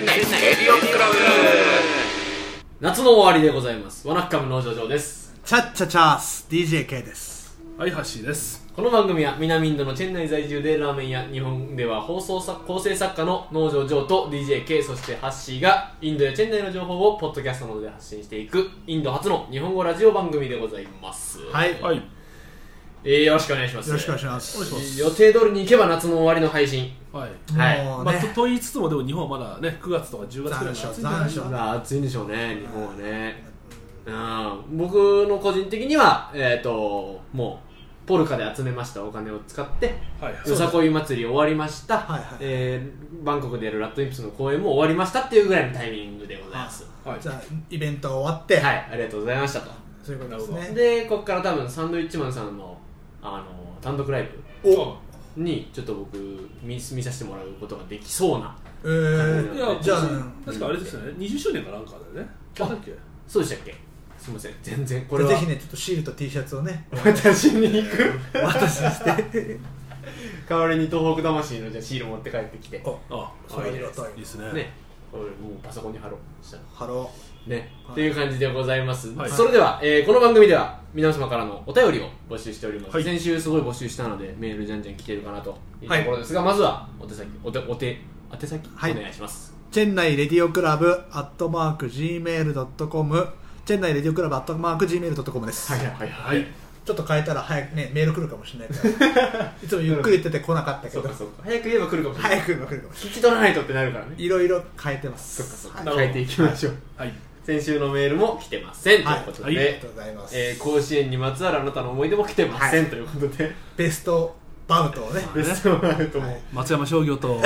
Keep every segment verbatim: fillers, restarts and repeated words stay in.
内レディオクラブ。夏の終わりでございます。ワナッカム農場上です。 チャッチャチャース ディージェーケー です。 はい、ハッシーです。 この番組は南インドのチェンナイ在住でラーメンや日本では放送作構成作家の農場上と ディージェーケー そしてハッシーがインドやチェンナイの情報をポッドキャストなどで発信していくインド初の日本語ラジオ番組でございます。 はい、 はい、 えー、よろしくお願いします。 よろしくお願いします。 予定通りに行けば夏の終わりの配信。 はい、 はい、 もうね、まあ、と, と言いつつもでも日本はまだねくがつとかじゅうがつくらい残暑残暑まあ暑いんでしょうね、日本はね。うん、僕の個人的にはえっ、ー、ともうポルカで集めましたお金を使って、はいはい、よさこい祭り終わりました、はいはい、えー、バンコクでやるラッドインプスの公演も終わりましたっていうぐらいのタイミングでございます。 はい、じゃあイベント終わって、 はい、ありがとうございましたと。 そういうことですね。 でここから多分サンドウィッチマンさんのあの単独ライブにちょっと僕 見, 見させてもらうことができそうな。 えー、 いやじゃあ確かあれですよね、にじゅっしゅうねんかなんかだよね。 あっけそうでしたっけ。すみません、全然これはぜひね、ちょっとシールと T シャツをね私に行く私にして代わりに東北魂のじゃシール持って帰ってきて、 ああ、それありがたいいいですね。 ね、これもうパソコンに貼ろうした貼ろうね、 はい、 っていう感じでございます、はい、 はい、 それでは、えー、この番組では皆様からのお便りを募集しております、 はい、 先週すごい募集したのでメールじゃんじゃん来てるかなというところですが、はい、まずはお手先お手お手宛先、はい、お願いします。 チェンナイレディオクラブアットマーク ジーメールドットコム、チェンナイレディオクラブアットマーク ジーメールドットコム です。 はいはいはい、はい、 ちょっと変えたら早くねメール来るかもしれないからいつもゆっくり言ってて来なかったけどそうかそうか、早く言えば来るかもしれない。 早く言えば来るかもしれない。 聞き取らないとってなるからね。 いろいろ変えてます。 そうかそうか、はい、変えていきましょう。 はい、 先週のメールも来てません、 はい、 ということで、 はい、ありがとうございます。 えー、甲子園にまつわるあなたの思い出も来てません、はい、ということでベストバウトをね、 ベストバウトも、はい、 松山商業と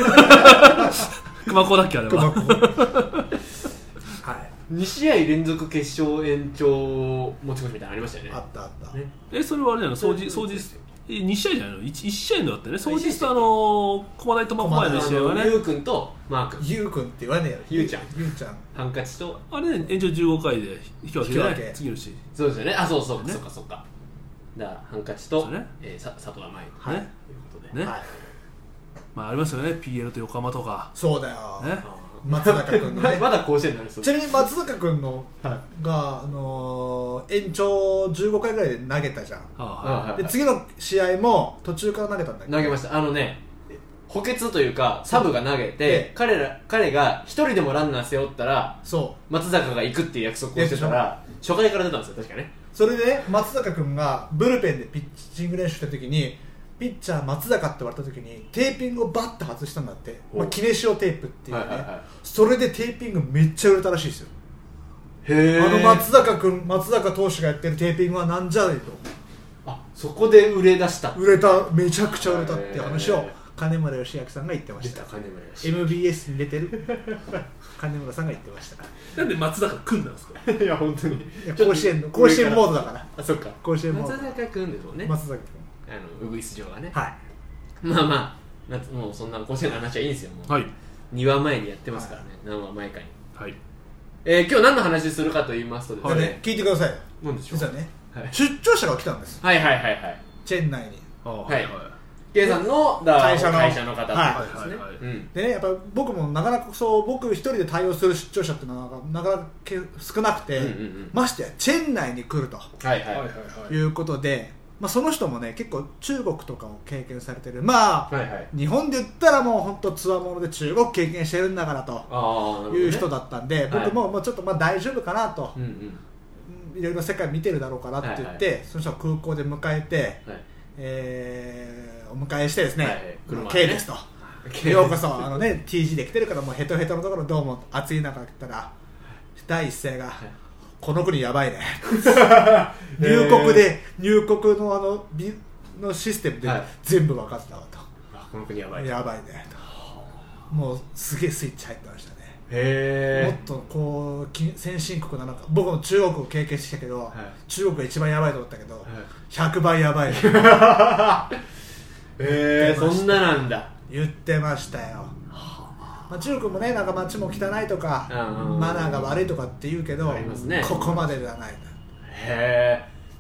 熊高だっけあれははい、 に試合連続決勝延長持ち越しみたいなのありましたよね。 あったあった、ね、 えそれはあれなの、掃除掃除に試合じゃないの 1, 1試合のだったね。掃除とあの駒大とマコマイの試合はね、 ゆうくんとマー君、 ゆうくんって言わねえよ、 ゆうちゃんゆうちゃんハンカチとあれね、延長じゅうごかいで引き分けで、ね、次の試合そうですよね。あ、そうそう、 ね、 そうかそうか。だからハンカチと、 ね、 えー、さ佐藤甘い、 はい、 ということでね、はい、まあありますよね、 ピーエル と横浜とか。 そうだよ、ね、松坂君のねまだ甲子園になる。 ちなみに松坂君の、はい、が、あのー、延長じゅうごかいぐらいで投げたじゃん、 はあ、 で次の試合も途中から投げたんだけど、 投げました。あのね、補欠というかサブが投げて、彼ら彼が一人でもランナー背負ったらそう松坂が行くっていう約束をしてたら初回から出たんですよ、確かね。 それでね、松坂君がブルペンでピッチング練習した時にピッチャー松坂って言われた時にテーピングをバッて外したんだって、まあ、キネシオテープっていうね、はいはいはい、それでテーピングめっちゃ売れたらしいですよ。 へー、 あの松坂君松坂投手がやってるテーピングはなんじゃいと、 あ、そこで売れ出した、 売れた、めちゃくちゃ売れたっていう話を金村義明さんが言ってました。 金村義明エムビーエス に出てる金村さんが言ってました。 なんで松坂君なんですかいや本当に甲子園の甲子園モードだから。 あ、そっか、 甲子園モード。 松坂君ですもんね。 松坂君、 あのウグイス嬢がね、 はい、 まあまあ夏もうそんな甲子園の話はいいんですよ。もう、はい、にわまえにやってますからね、はい、何話前かに、はい、えー、今日何の話するかと言いますとですね、はい、 聞いてくださいよ。 何でしょう。 実はね、はい、出張者が来たんです。 はいはいはいはい。 チェン内に、 はいはい、K さんの会社の会社の方ってことですね。 でね、やっぱ僕もなかなかそう僕一人で対応する出張者っていうのはなかなか少なくて、うんうんうん、ましてやチェン内に来ると、はいはいはい、いうことで、まあ、その人もね結構中国とかを経験されてる、まあ、はいはい、日本で言ったらもう本当つわもので中国経験してるんだからという人だったんで、僕ももうちょっとまあ大丈夫かなと、うんうん、いろいろ世界見てるだろうかなって言って、はいはい、その人を空港で迎えて、はい、えー、お迎えしてですね、はいはい、K ですと、ようこそあの、ね、ティージー で来てるからもうヘトヘトのところどうも暑い中来たら第一声が、はい、この国やばいね入国で入国のあのビのシステムで全部分かってたわと、 はい、この国やばいねやばいねと、もうすげえスイッチ入ってましたね。 へもっとこう先進国なのか、僕も中国を経験してきたけど、はい、中国が一番やばいと思ったけど、はい、ひゃくばいやばいねへえ、そんななんだ言ってましたよ。まあ、中国もね、なんか街も汚いとかマナーが悪いとかって言うけど、ね、ここまでではない。 へえ。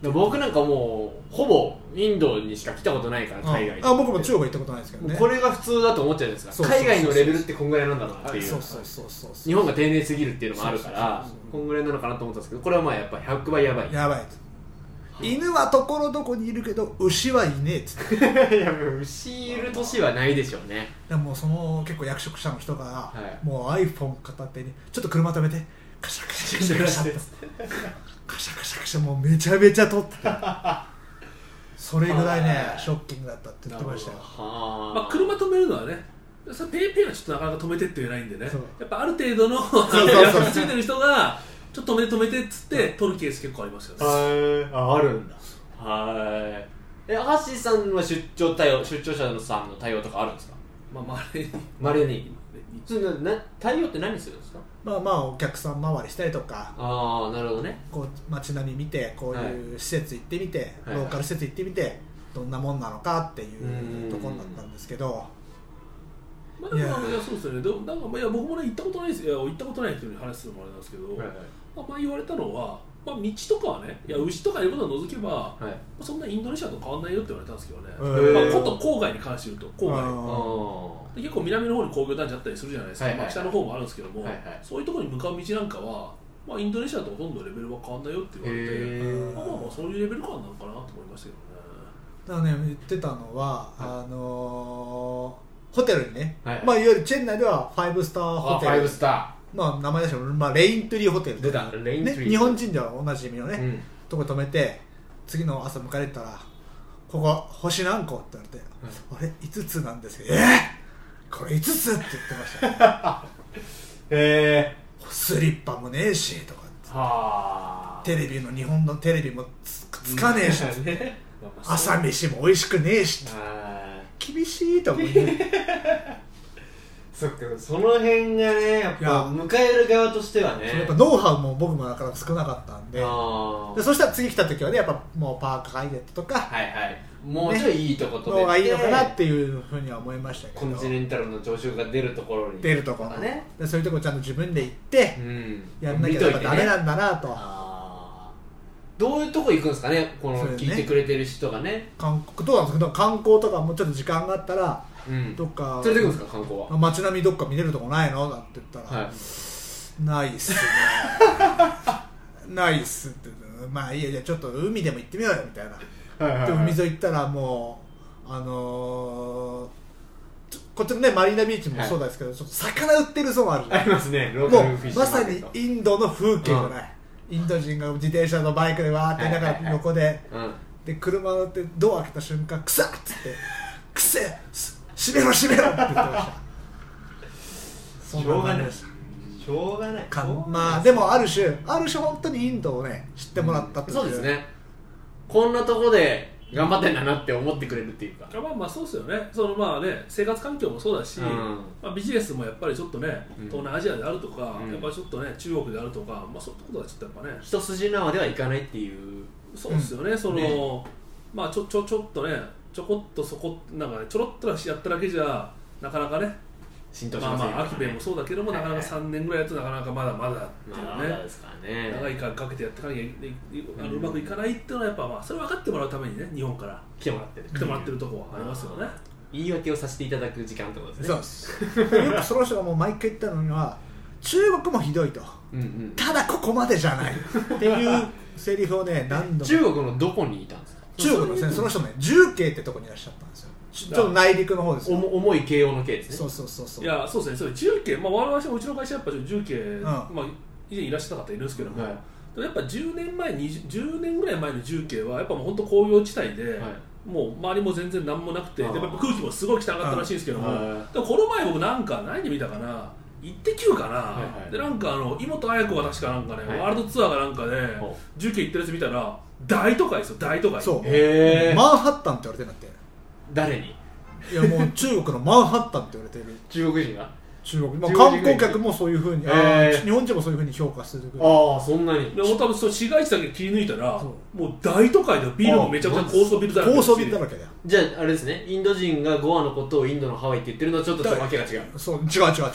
って僕なんかもうほぼインドにしか来たことないから海外に。 ああ僕も中国行ったことないですけどね。 これが普通だと思っちゃうんですか。海外のレベルってこんぐらいなんだろうなっていう。 そうそうそうそう。 日本が丁寧すぎるっていうのもあるからこんぐらいなのかなと思ったんですけど、これはまあやっぱひゃくばいやばい。 やばい。犬はところどこにいるけど牛はいねえっつっていやもう牛いる年はないでしょうね。 でもその結構役職者の人が、はい、もう iPhone 片手にちょっと車止めてカシャカシャカシャカシャカシャカシャカシャもうめちゃめちゃ撮ってそれぐらいねショッキングだったって言ってましたよ。 まあ、車止めるのはねそれペイペイはちょっとなかなか止めてって言えないんでね、やっぱある程度の役職ついてる人がちょっと止めて止めてっつって取るケース結構ありますよね。 はい、あ、あるんだ。はい。え、アッシーさんは出張対応、出張者さんの対応とかあるんですか？ まあ、まれに。 まれに。それな対応って何するんですか？ まあまあお客さん回りしたりとか。 ああ、なるほどね。 こう街並み見て、こういう施設行ってみて、はい、ローカル施設行ってみて、どんなもんなのかっていうところだったんですけど。 まあ、でもいやそうですよね。でもなんかまあいや僕もね行ったことないです。いや行ったことない人に話するのもあれなんですけど、はいはい、まあ、まあ言われたのは、まあ、道とかはね、いや牛とかいることを除けば、はい、まあ、そんなインドネシアと変わんないよって言われたんですけどね。まあ、こと郊外に関して言うと郊外で結構南の方に工業団地あったりするじゃないですか。はいはいはい、まあ、北の方もあるんですけども、はいはい、そういうところに向かう道なんかは、まあ、インドネシアとほとんどレベルは変わんないよって言われて、まあ、まあそういうレベル感なのかなと思いましたけどね。だからね言ってたのは、はい、あのーホテルにね、はい、まあ、いわゆるチェン内ではファイブスターホテル、 ファイブスター、まあ、名前出しても、まあ、レイントリーホテル出たレイントリー、 ね、日本人ではおなじみのね、うん、とこ止めて次の朝迎えたらここ星何個って言われて、うん、あれいつつなんですけど、えー、これいつつって言ってましたねへえー、 スリッパもねえしとかはテレビの日本のテレビも つ, つかねえし、ね、朝飯も美味しくねえし厳しいと思うねそっか、その辺がねやっぱ迎える側としてはねやっぱノウハウも僕もなかなか少なかったん で, でそしたら次来た時はねやっぱもうパークハイレットとか、 はいはい、もうちょいいいところのがいいのかなっていうふうには思いましたけど、 コンチネンタルの朝食が出るところに出るところね、でそういうところちゃんと自分で行って、うん、やんなきゃやっぱダメなんだなと、ね、 どういうとこ行くんですかね、この聞いてくれてる人がね。 韓国どうなんですか、観光とかもちょっと時間があったら、うん、どっか連れてくんですか、観光は。 街並みどっか見れるとこないのなんて言ったら、はい、ないっすねないっすって、まあいいや、じゃあちょっと海でも行ってみようよみたいな、はいはいはい、で海沿い行ったらもうあのー、こっちのねマリーナビーチもそうですけど、はい、ちょっと魚売ってるゾーンあるじゃん。 ありますね、ローカルフィッシュマーケット。もうまさにインドの風景じゃない、うん、インド人が自転車のバイクでわーって言いながら横で、はいはいはい、で車乗ってドア開けた瞬間クサッつってくせえ閉めろ閉めろって言ってましたしょうがないしょうがないかまあでもある種ある種本当にインドをね知ってもらったっていう、 うん、そうですね。こんなとこで頑張ってんだなって思ってくれるっていうか、 まあまあそうですよね。そのまあね生活環境もそうだし、うん、まあ、ビジネスもやっぱりちょっとね、うん、東南アジアであるとか、うん、やっぱりちょっとね中国であるとか、まあそういったことはちょっとやっぱね一筋縄ではいかないっていう。 そうですよね、うん、その、ね、まあちょちょちょっとねちょこっとそこなんかねちょろっとやっただけじゃなかなかね浸透しませんよね。 まあまあアキベもそうだけども、はいはい、なかなかさんねんぐらいやるとなかなかまだまだっていうね、 まだですからね、 長い間かけてやっていかなきゃあのうまくいかないっていうのはやっぱまあそれ分かってもらうためにね日本から来てもらってる来てもらってるところはありますよね。 言い訳をさせていただく時間ってことですね。 そうですよくその人がもう毎回言ったのには中国もひどいと、うんうん、ただここまでじゃないっていうセリフをね何度も。 中国のどこにいたんですか。 中国のね、その人ね重慶ってとこにいらっしゃったんですよ。ちょっと内陸の方ですよ。 重い慶応の慶ですね。 そうそうそうそう。 いやそうですね。それ重慶、まあ我々もうちの会社やっぱ重慶、うん、まあ以前いらっしゃった方いるんですけども、はい、やっぱじゅうねんまえにじゅうねんぐらい前の重慶はやっぱもう本当工業地帯で、はい、もう周りも全然何もなくて、でやっぱ空気もすごい汚かったらしいんですけども、でもこの前僕なんか何で見たかな。イッテ Q かな、はいはい、でなんかあの妹綾子が確かなんかね、はい、ワールドツアーがなんかで、ね、重慶行ってるやつ見たら大都会ですよ大都会。 そうへマンハッタンって言われてるんだって。 誰に。 いやもう中国のマンハッタンって言われてる中国人が中国、まあ、観光客もそういうふうに、えー、日本人もそういうふうに評価する。 ああそんなに。 でも多分その市街地だけ切り抜いたらもう大都会でビルもめちゃくちゃ高層ビルだらけ。 高層ビルだらけだよ。 じゃああれですね、インド人がゴアのことをインドのハワイって言ってるのはちょっとわけが違う。 そう違う違う違う違う違う違う違う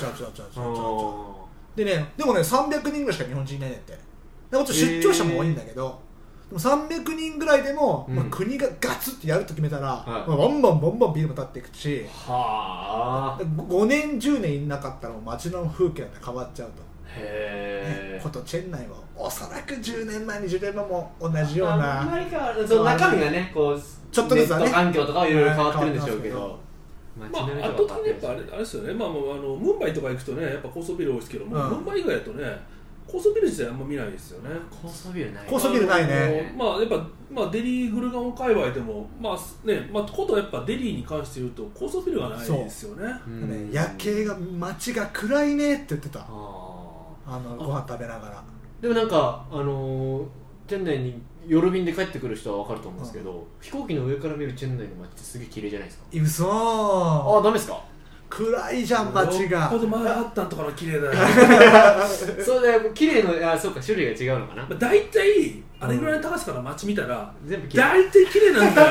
でね、でもねさんびゃくにんぐらいしか日本人いないねって。でもちろん出張者も多いんだけど、 さんびゃくにんぐらいでも、うんまあ、国がガツッとやると決めたら、はいまあ、ボンボンボンボンビルも立っていくし、はごねんじゅうねんいなかったら街の風景が変わっちゃうと。へえ、ね、ことチェン内はおそらくじゅうねんまえにじゅうねんまえも同じような、 あんまり変わる、その中身がねこうちょっとずつはねネット環境とかはいろいろ変わってるんでしょうけど、 まあ、圧倒的にやっぱあれ、あれですよね、まあ、あのムンバイとか行くとねやっぱ高層ビル多いですけども、うん、ムンバイ以外だとね高層ビル自体あんま見ないですよね。 高層ビルない。 高層ビルないね。 まあやっぱまあデリーグルガオン界隈でもまあねまあことやっぱデリーに関して言うと高層ビルがないですよね。 ね夜景が街が暗いねって言ってた。ああのご飯食べながら。 でもなんかあのー、チェン内に夜便で帰ってくる人は分かると思うんですけど、うん、飛行機の上から見るチェン内の街ってすげえ綺麗じゃないですか。 うそー。 ああダメですか。 暗いじゃん街が。 よっぽどマンハッタンとかの綺麗だよ。 そうだよ綺麗のあそうか種類が違うのかな。 まあ、大体あれぐらいの高さから街見たら、うん、全部大体綺麗なんだよ。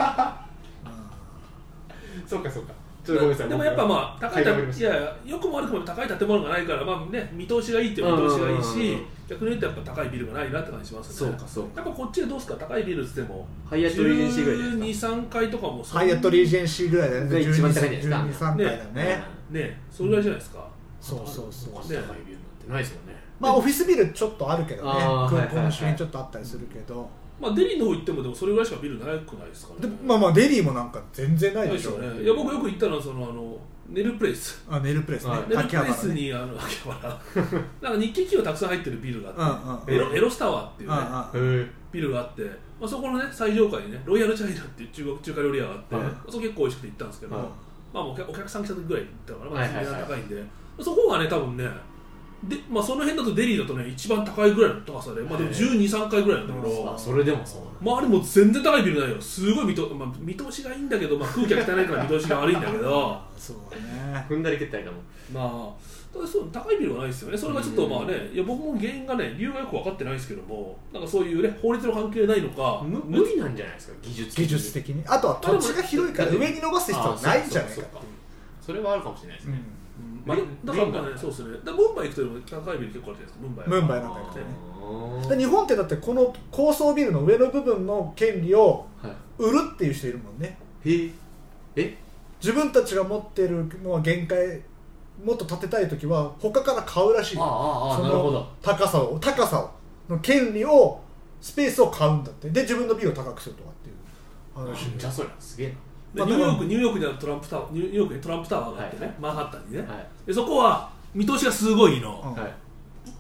そうかそうか。ちょっとごめんなさい。 でもやっぱまあ高い建物いやよくも悪くも高い建物がないからまあね見通しがいいっていう見通しがいいし、逆に言うとやっぱ高いビルがないなって感じしますね。 そうかそうか。 やっぱこっちでどうですか高いビルっつってもハイアットリージェンシーぐらいじゅうに、さんかいとかもハイアットリージェンシーぐらいだよね。 一番高いんじゃないですか。 じゅうに、さんかいだよね。 ねそれぐらいじゃないですか。 そうそうそう。 高いビルなんてないですよね。 まあオフィスビルちょっとあるけどね。空港の周辺ちょっとあったりするけど。 まあデリーの方行ってもでもそれぐらいしかビルなくないですかね。 まあまあデリーもなんか全然ないでしょうね。いや僕よく行ったのはそのあのネルプレイス。 あネルプレイスね。 ネルプレイスにあの秋葉原。なんか日系企業たくさん入ってるビルがあって、エロエロスタワーっていうねビルがあって、まあそこのね最上階にねロイヤルチャイナっていう中国中華料理屋があって、そこ結構美味しくて行ったんですけど、まあお客さん来た時ぐらい行ったのかな。まあ値段高いんで、そこがね多分ね。でまあ、その辺だとデリーだとね一番高いぐらいの高さで、まあ、でもじゅうに、さんかいぐらいなんだけど、 あそれでもそうまああれも全然高いビルないよ。すごい見と、まあ、見通しがいいんだけど、まあ、空気が汚いから見通しが悪いんだけどそうね踏んだり蹴ったりだもん。 まあただそう高いビルはないですよね。それがちょっとまあねいや僕も原因がね理由がよく分かってないですけどもなんかそういうね法律の関係ないのか無無理なんじゃないですか技術技術的に。あとは土地が広いから上に伸ばす必要はないんじゃないかっていう。 それはあるかもしれないですね。うんまあ、だからね、そうですね。だムンバイ行くと高いビル結構あるじゃないですか。ムンバイ。 ムンバイなんか行くとね。日本ってだってこの高層ビルの上の部分の権利を売るっていう人いるもんね。 へえ。 自分たちが持ってるのは限界。もっと建てたいときは他から買うらしい。 ああああなるほど。 高さを高さをの権利をスペースを買うんだって。で自分のビルを高くするとかっていう話。じゃあそれすげえな。 ニューヨークニューヨークにあるトランプタワーニューヨークにトランプタワーがあってね、はい、マンハッタンにね、はい、でそこは見通しがすごいの、はい、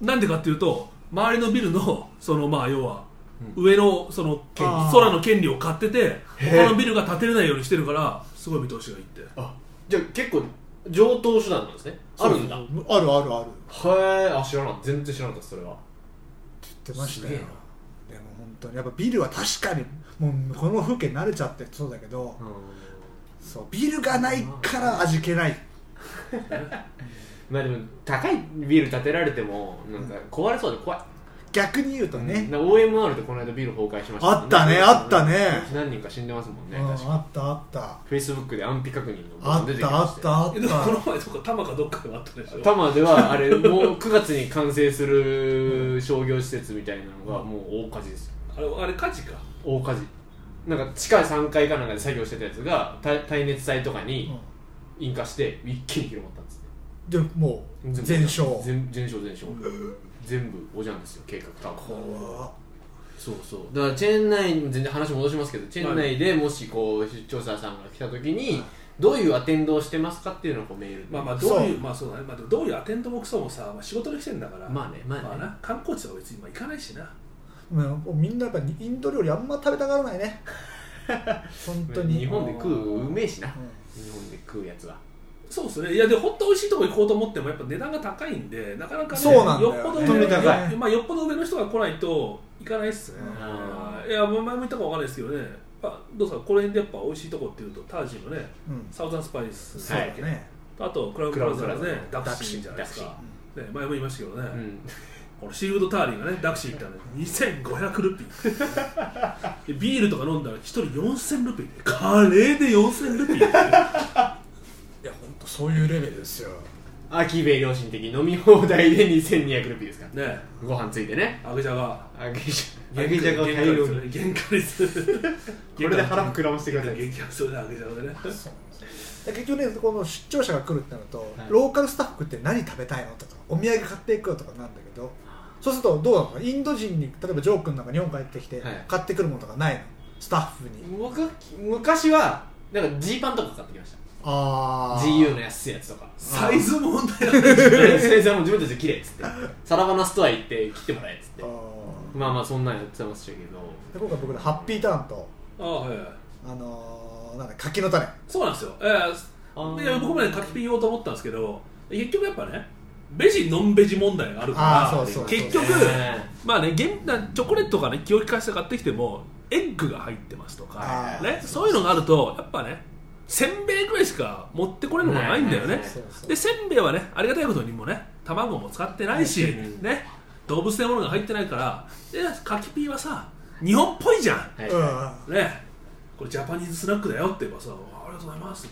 なんでかっていうと周りのビルのそのまあ要は上のその空の権利を買ってて他のビルが建てれないようにしてるからすごい見通しがいいって。 あじゃあ結構上等手段なんですね。あるんだ。あるあるある。 へえ。あ知らなかった。全然知らなかったそれは。 言ってましたよ。でも本当にやっぱビルは確かにもうこの風景慣れちゃってそうだけど、うんそうビルがないから味気ない。 まあでも高いビル建てられてもなんか壊れそうで怖い。 逆に言うとね、 うん、オーエムアール でこの間ビル崩壊しました、 ね、あったねあったね。 何人か死んでますもんね。 確かあったあった。 フェイスブックで安否確認の出てきました。あったあったあった。 でもこの前とか多摩かどっかでもあったでしょ。 多摩ではあれもうくがつに完成する商業施設みたいなのがもう大火事ですよ。 あれあれ火事か。 大火事。なんか地下さんかいかなんかで作業してたやつが耐熱材とかに引火して一気に広まったんですね。 でもう全焼全全焼全焼、うん、全部おじゃんですよ計画多分。そうそうだからチェーン内に全然話戻しますけどチェーン内でもしこう出張者さんが来た時にどういうアテンドをしてますかっていうのをこうメールでまあまあどういうまあそうだね、まあ、どういうアテンドもクソもさ、まあ、仕事でしてんだからまあねまあね、まあ、 な観光地とか別に今行かないしな。 うん、みんなやっぱインド料理あんま食べたがらないね。本当に日本で食ううめえしな、うん、日本で食うやつは。 そうですね。いやでも本当美味しいとこ行こうと思ってもやっぱ値段が高いんでなかなかねそうなんだよよっぽど上の、まあ、よっぽど上の人が来ないと行かないっすね。いや前も言ったかわかんないですけどね。どうですかこの辺でやっぱ美味しいとこっていうとタージのね、うん、サウザンスパイスそうだっけ、はい、あとクラウンプラザのねダクシーじゃないですか、ね、前も言いましたけどね、うん、このシーフードターリーがねダクシー行ったら、ね、にせんごひゃくルピービールとか飲んだらひとりよんせんルピーでカレーでよんせんルピーいや本当そういうレベルですよ。 秋兵衛良心的飲み放題でにせんにひゃくルピーですからね。 ご飯ついてね。 揚げじゃが揚げじゃ揚げじゃがを大量に原価率これで腹膨らませてください。 原価それで揚げじゃがでね。 結局ね、この出張者が来るってなると、はい、ローカルスタッフって何食べたいのとかお土産買っていくよとかなんだけど、そうするとどうなのか、インド人に例えばジョー君なんか日本帰ってきて買ってくるものとかないの、スタッフに。 僕昔はなんかジーパンとか買ってきました。あ ジーユー の安いやつとか。 サイズ問題なんですね。サイズはもう自分たちで切れっつってサラバナストア行って切ってもらえっつって、あまあまあそんなんやってましたけど、 で今回僕のハッピーターンとあ、はいはい、 あのー、なんだ柿の種。 そうなんですよ、えー、で僕もね柿ピン言おうと思ったんですけど、結局やっぱねベジノンベジ問題があるから結局まあねチョコレートとかね気を利かせて買ってきてもエッグが入ってますとか、ね、そういうのがあるとやっぱねせんべいぐらいしか持ってこれるのがないんだよね。でせんべいはねありがたいことにもね卵も使ってないし、ね、動物性のものが入ってないから、で柿ピーはさ日本っぽいじゃん、はいね、これジャパニーズスナックだよって言えばさありがとうございますって、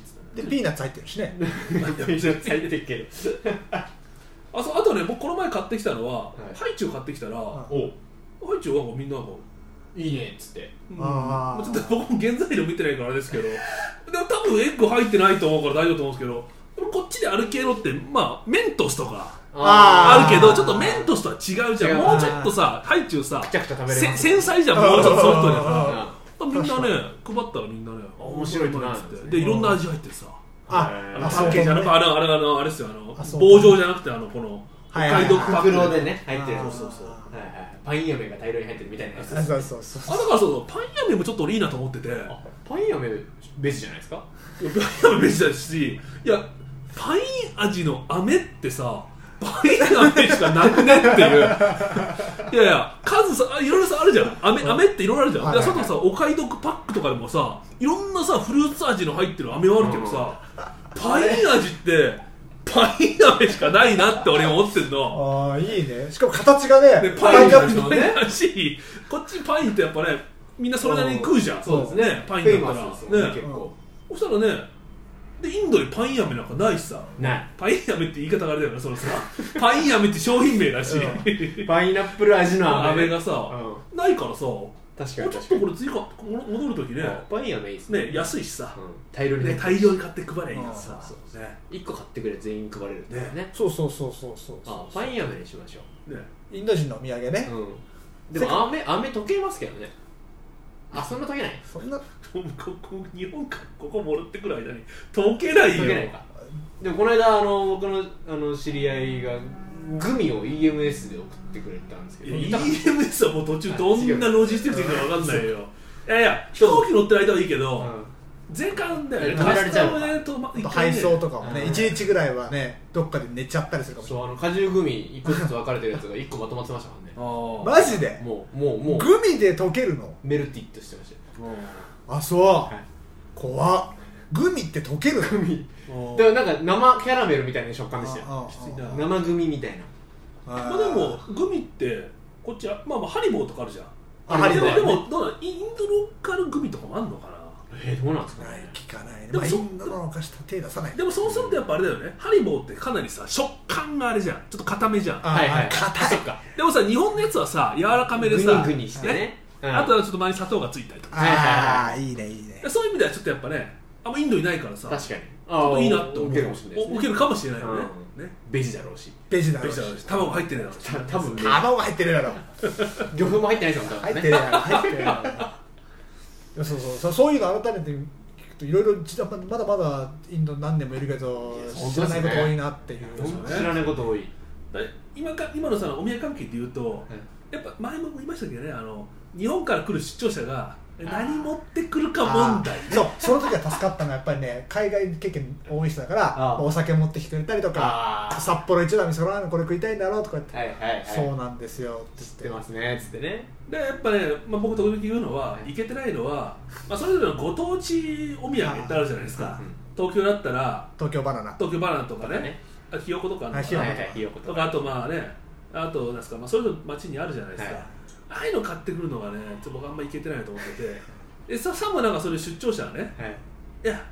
ね、でピーナッツ入ってるしね。 ピーナッツ入ってるけどあ, そうあとね僕この前買ってきたのは、はい、ハイチュウ買ってきたら、おハイチュウはみんながいいねっつって、 うん、あちょっと僕も原材料見てないからあれですけどでも多分エッグ入ってないと思うから大丈夫と思うんですけど、でもこっちである系のってまあメントスとかあるけどちょっとメントスとは違うじゃん。もうちょっとさハイチュウさ繊細じゃん、もうちょっとソフトにはみんなね配ったらみんなね面白いとなっつってでいろんな味入ってるさ、 あパッケージじゃなくてあれあれあれあれですよ、あの棒状じゃなくてあのこの北海道袋でね入ってる、 そうそうそう、 はいはい、パイン飴が大量に入ってるみたいなやつ。 そうそうそうあだからそうパイン飴もちょっと俺いいなと思ってて、 パイン飴ベジじゃないですか。 パイン飴ベジだし、いやパイン味の飴ってさパイン飴しかなくねっていういやいや数さいろいろさあるじゃん、飴飴っていろいろあるじゃん、はいはいはい、だからさお買い得パックとかでもさいろんなさフルーツ味の入ってる飴はあるけどさ、パイン味ってパイン飴しかないなって俺思ってんの。 ああいいね。しかも形がねパインだし、こっちパインってやっぱねみんなそれなりに食うじゃん。 そうですね、 パインだったらね、結構そしたらねでインドにパイン飴なんかないしさ、 ないパイン飴って言い方があれだよね、そのさパイン飴って商品名だし、 うん、パイナップル味の飴がさ、うん、ないからさ、 確かにもうちょっとこれ次か戻るときね、 パイン飴いいっすね、 ね安いしさ、 うん、大量に、 ね、大量に買って配ればいいからさ、 そうね、いっこ買ってくれ全員配れるんだよね。 ね、そうそうそうそうそう、 あパイン飴にしましょう、 ね、インド人のお土産ね、 うん、でも飴飴溶けますけどね。あ、そんな溶けない。 そんなここ日本からここ戻ってくる間に溶けないよ。 溶けないか。でもこの間あの僕のあの知り合いがグミを イーエムエス で送ってくれたんですけど、 イーエムエス はもう途中どんなロジスティックか分かんないよ。いやいや飛行機乗ってる間はいいけど、うん、税関だよね、 止められちゃうから、 と、ま、配送とかもね、いちにちぐらいはねどっかで寝ちゃったりするかもしれない。 そう、あの果汁グミいっこずつ分かれてるやつがいっこまとまってましたからね。 あマジでもうもうもうグミで溶けるのメルティットしてましたよ。 あ、そう、はい、怖っ。グミって溶けるの。 グミでもなんか生キャラメルみたいな食感でしたよ。生グミみたいな。 まあでもグミってこっちはまあまあハリボーとかあるじゃん。 あハリボー、ね、 でもどうなんインドローカルグミとかもあんのかな。 えー、どうなんですかね。 聞かないね。でも、まあ、インドのお菓子と手出さない。 でもそうするとやっぱあれだよね、ハリボーってかなりさ食感があれじゃん、ちょっと固めじゃん。 はいはい、 硬い。 でもさ日本のやつはさ柔らかめでさグニグニしてね、 うん、あとはちょっと周りに砂糖がついたりとか。 ああいいねいいね。 そういう意味ではちょっとやっぱねあんまインドにないからさ、 確かにちょっといいなって思う。 受けるかもしれないですね。 受けるかもしれないよね。 うん、ねベジだろうしベジだろうし卵入ってるだろうし多分卵入ってるやろ魚粉も入ってないですもんね。 入ってるやろ入ってるやろそうそうそうそういうの改めて聞くといろいろまだまだインド何年もいるけど知らないこと多いなっていう。 知らないこと多い。 今か今のさお土産関係でいうと、はい、やっぱ前も言いましたけどね、あの日本から来る出張者が何持ってくるか問題、ね、 そうその時は助かったのはやっぱりね海外経験多い人だからお酒持ってきてくれたりとか札幌一度は味噌ラーメンこれ食いたいんだろうとか言って、はいはいはい、そうなんですよって知ってますねつってね。 でやっぱね、まあ、僕時々言うのは、はい、いけてないのは、まあ、それぞれのご当地お土産ってあるじゃないですか。東京だったら東京バナナ東京バナナとかね、ねあひよことかあるのかな、はいはいはい、ひよことかあとまあねあとなんですか、まあ、それぞれ町にあるじゃないですか、はい、ああいうの買ってくるのがねちょっと僕あんまりいけてないと思っててでささもなんかそれ出張者はね、はい、いや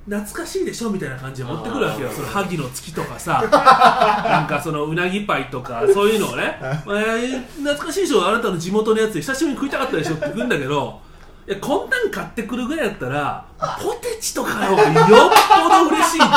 懐かしいでしょみたいな感じで持ってくるわけよ。その萩の月とかさなんかそのうなぎパイとかそういうのをね、えー、懐かしいでしょ、あなたの地元のやつで久しぶりに食いたかったでしょって言うんだけど、いやこんなん買ってくるぐらいだったらポテチとかの方がよっぽど嬉しい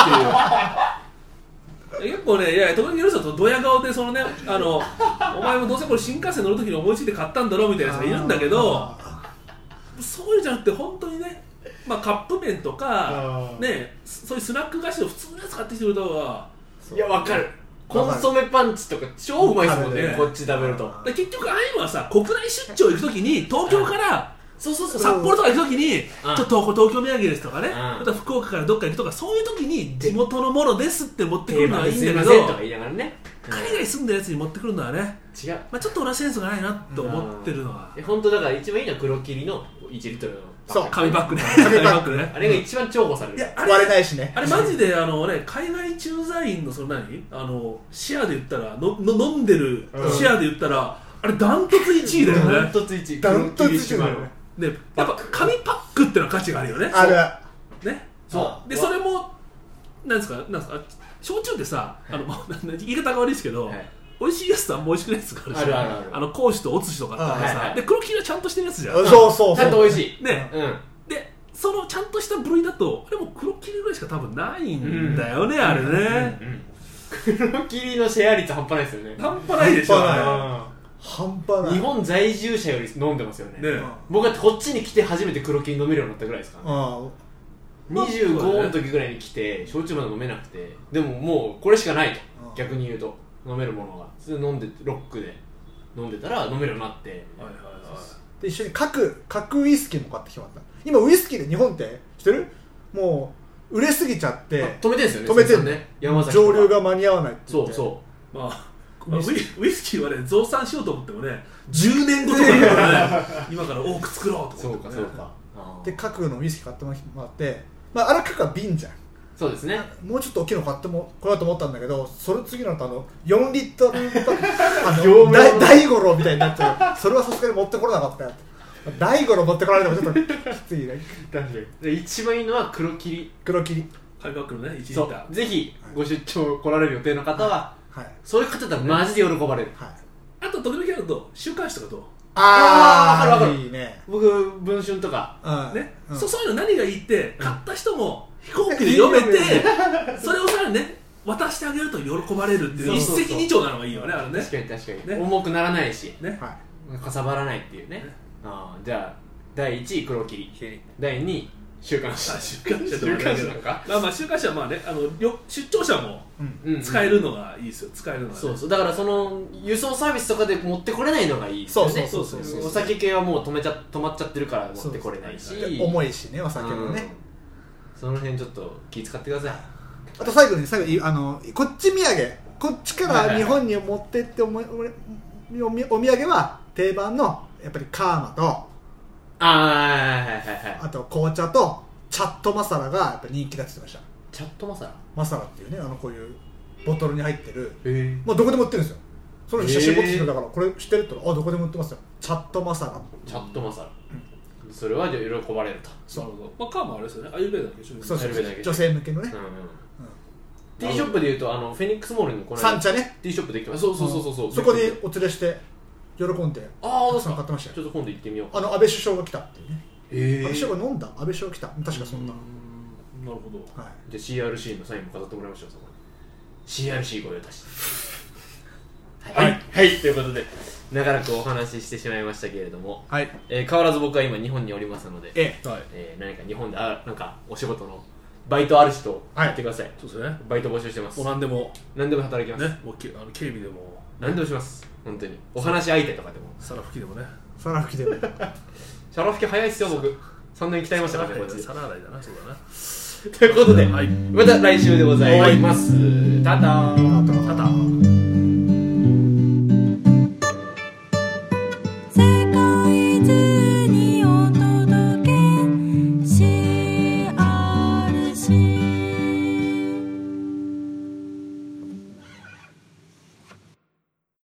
っていう結構ね、いや時々いる人とドヤ顔でそのね、あのお前もどうせこれ新幹線乗るときに思いついて買ったんだろうみたいな人がいるんだけど、そういうじゃなくて本当にね、まあ、カップ麺とかね、そういうスナック菓子を普通のやつ買ってきてくれた方が、 いや分かる、コンソメパンチとか超うまいですもんね、ねこっち食べると。 結局ああいうのはさ、国内出張行くときに東京からそうそうそう札幌とか行くときにちょっと東京土産ですとかね、また福岡からどっか行くとか、そういうときに地元のものですって持ってくるのはいいんだけど、海外住んでるやつに持ってくるのはね違う、まあ、ちょっと俺はセンスがないなと思ってるのは、 本当だから一番いいのは黒霧のいちリットルのそう紙バッグね、紙バッグね、 あれが一番重宝される。いや割れないしね、 あれマジであの、ね、海外駐在員のその何あのシェアで言ったらのの飲んでるシェアで言ったら、あれダントツいちいだよね。 ダントツいちい、 ダントツいちいだよね。やっぱ紙パックってのは価値があるよね。 あるね。そうでそれもなんですか、なんですか、焼酎ってさ、あの言い方が悪いですけど、美味しいやつとあんま美味しくないやつがあるし、あるあるある、あの甲子とおつしとかあったらさ、で黒霧はちゃんとしてるやつじゃん。 そうそうそう、 ちゃんと美味しいね。でそのちゃんとした部類だと、あれも黒霧ぐらいしか多分ないんだよね、あれね。 黒霧のシェア率半端ないですよね。 半端ないでしょ。 半端ない。 日本在住者より飲んでますよね。僕はこっちに来て初めて黒霧飲めるようになったぐらいですからね。にじゅうごの時ぐらいに来て焼酎まで飲めなくて、でももうこれしかないと、逆に言うと飲めるものが、それ飲んでロックで飲んでたら飲めるようになって、はいはいはい、で一緒に各各ウイスキーも買ってきてもらった。今ウイスキーで日本って知ってる？もう売れすぎちゃって止めてんすよね。 止めてんね。山崎上流が間に合わないって言って。 そうそう。まあウイスキーはね、増産しようと思ってもね、じゅうねんごとかだからね今から多く作ろうと思って、ね、そうかそうか。 で各のウイスキー買ってもらって、まあ、あれ各は瓶じゃん。 そうですね。もうちょっと大きいの買ってもこようと思ったんだけど、それ次のとあのよんリットルあの大五郎みたいになっちゃう。それはさすがに持ってこれなかったよ。大五郎持ってこられてもちょっときついね。 確かに。一番いいのは黒霧。 黒霧。 紙パックのね、いちリッター。 ぜひご出張来られる予定の方は、はい、そういう方だったらマジで喜ばれる。はい、 あと時々あると週刊誌とかと。 ああ、分かる分かる。いいね。 僕文春とかね、うん、そうそういうの何がいいって買った人も飛行機で読めてそれをさらにね渡してあげると喜ばれるっていう一石二鳥なのがいいよね、あれね。 確かに確かに、ね、重くならないし、ね、はい、かさばらないっていうね。ね、あ、じゃあだいいちい黒霧、だいにい週刊誌。 週刊誌週刊誌なんか。まあまあ週刊誌はまあね、あの出張者も使えるのがいいですよ。使えるのが、ね。 そうそう。だからその輸送サービスとかで持ってこれないのがいいですよね。そうそうそうそう。お酒系はもう止めちゃ止まっちゃってるから持ってこれないし。 重いしね、お酒もね。 その辺ちょっっと気遣ってください。 あと最後に最後にあのこっち土産、こっちから日本に持ってってお土産は定番のやっぱりカーマと。 あ, はいはいはいはい、 あと紅茶とチャットマサラがやっぱ人気だって言ってました。 チャットマサラマサラっていうね、あのこういうボトルに入ってる、まあ、どこでも売ってるんですよ。それ写真持ってきてだからこれ知ってるって言ったら、あ、どこでも売ってますよ、チャットマサラ。 チャットマサラ、うん、それは喜ばれると。 そう、まあ、カーもあれですよね、アユベーダーだけ。 そうそうそう、女性向けのね、うんうん、 ティーショップでいうとあのフェニックスモールにこの三茶ね、 ティーショップできます。そうそうそうそうそう、 そこでお連れして喜んでたくさん買ってましたよ。 ちょっと今度行ってみよう。 あの安倍首相が来たっていうね。 えー、 安倍首相が飲んだ、安倍首相が来た、確かそんな。 なるほど、 はい、じゃあ シーアールシー のサインも飾ってもらいましょう。そこに シーアールシー ご用達はい、はい、はい、ということで長らくお話ししてしまいましたけれども、はい、えー、変わらず僕は今日本におりますので、ええ、えー、何か日本であなんかお仕事のバイトある人言ってください。 そうですね、 バイト募集してます。 もう何でも何でも働きます、 ね、もうあの警備でも何でもします。本当にお話し相手とかでも、 サラ吹きでもね、 サラ吹きでもサラ吹き早いっすよ。僕さんねん鍛えましたからね、こっち。 サラ洗いだな、そうだなということで、はい、また来週でございます。ただー。